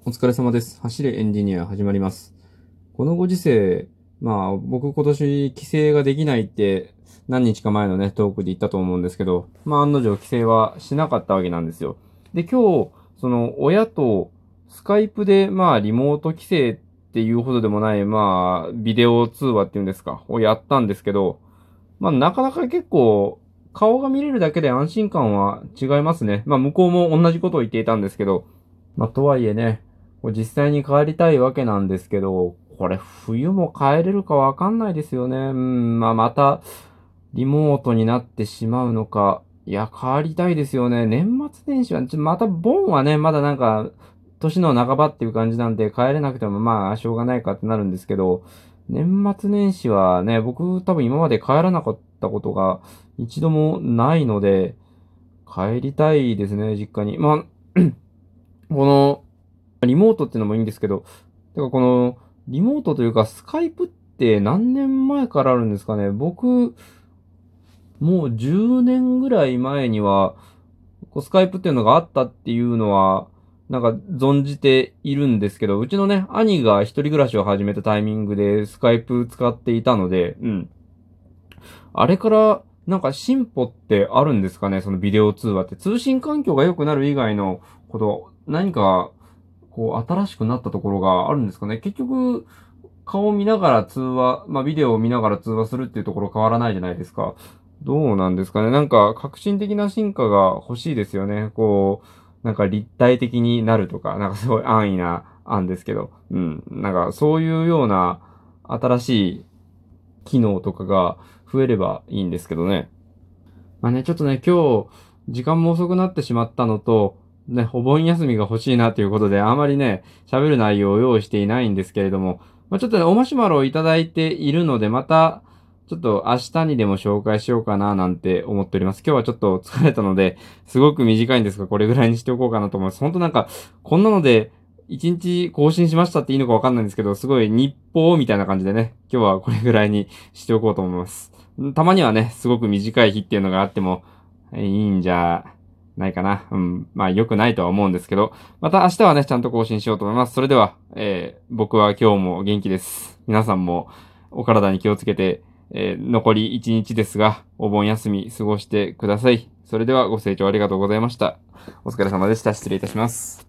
お疲れ様です。走れエンジニア始まります。このご時世、僕今年帰省ができないって何日か前のね、トークで言ったと思うんですけど、案の定帰省はしなかったわけなんですよ。で、今日、その親とスカイプでリモート帰省っていうほどでもない、ビデオ通話っていうんですか、をやったんですけど、なかなか結構顔が見れるだけで安心感は違いますね。向こうも同じことを言っていたんですけど、とはいえね、実際に帰りたいわけなんですけど、これ冬も帰れるかわかんないですよね。また、リモートになってしまうのか。いや、帰りたいですよね。年末年始は、また、盆はね、まだなんか、年の半ばっていう感じなんで、帰れなくてもしょうがないかってなるんですけど、年末年始はね、僕多分今まで帰らなかったことが一度もないので、帰りたいですね、実家に。この、リモートっていうのもいいんですけど、てかこの、リモートというか、スカイプって何年前からあるんですかね。僕、もう10年ぐらい前には、スカイプっていうのがあったっていうのは、なんか存じているんですけど、うちのね、兄が一人暮らしを始めたタイミングでスカイプ使っていたので、あれから、なんか進歩ってあるんですかね、そのビデオ通話って。通信環境が良くなる以外のこと、何か、新しくなったところがあるんですかね。結局、顔を見ながら通話、ビデオを見ながら通話するっていうところ変わらないじゃないですか。どうなんですかね。なんか、革新的な進化が欲しいですよね。なんか立体的になるとか、なんかすごい安易な案ですけど、なんかそういうような新しい機能とかが増えればいいんですけどね。ちょっとね、今日、時間も遅くなってしまったのと、ね、お盆休みが欲しいなということで、あまりね、喋る内容を用意していないんですけれども、ちょっとね、おマシュマロをいただいているので、また、ちょっと明日にでも紹介しようかななんて思っております。今日はちょっと疲れたので、すごく短いんですが、これぐらいにしておこうかなと思います。本当なんか、こんなので、一日更新しましたっていいのかわかんないんですけど、すごい日報みたいな感じでね、今日はこれぐらいにしておこうと思います。たまにはね、すごく短い日っていうのがあってもいいんじゃないかな。良くないとは思うんですけど、また明日はね、ちゃんと更新しようと思います。それでは、僕は今日も元気です。皆さんもお体に気をつけて、残り1日ですが、お盆休み過ごしてください。それではご清聴ありがとうございました。お疲れ様でした。失礼いたします。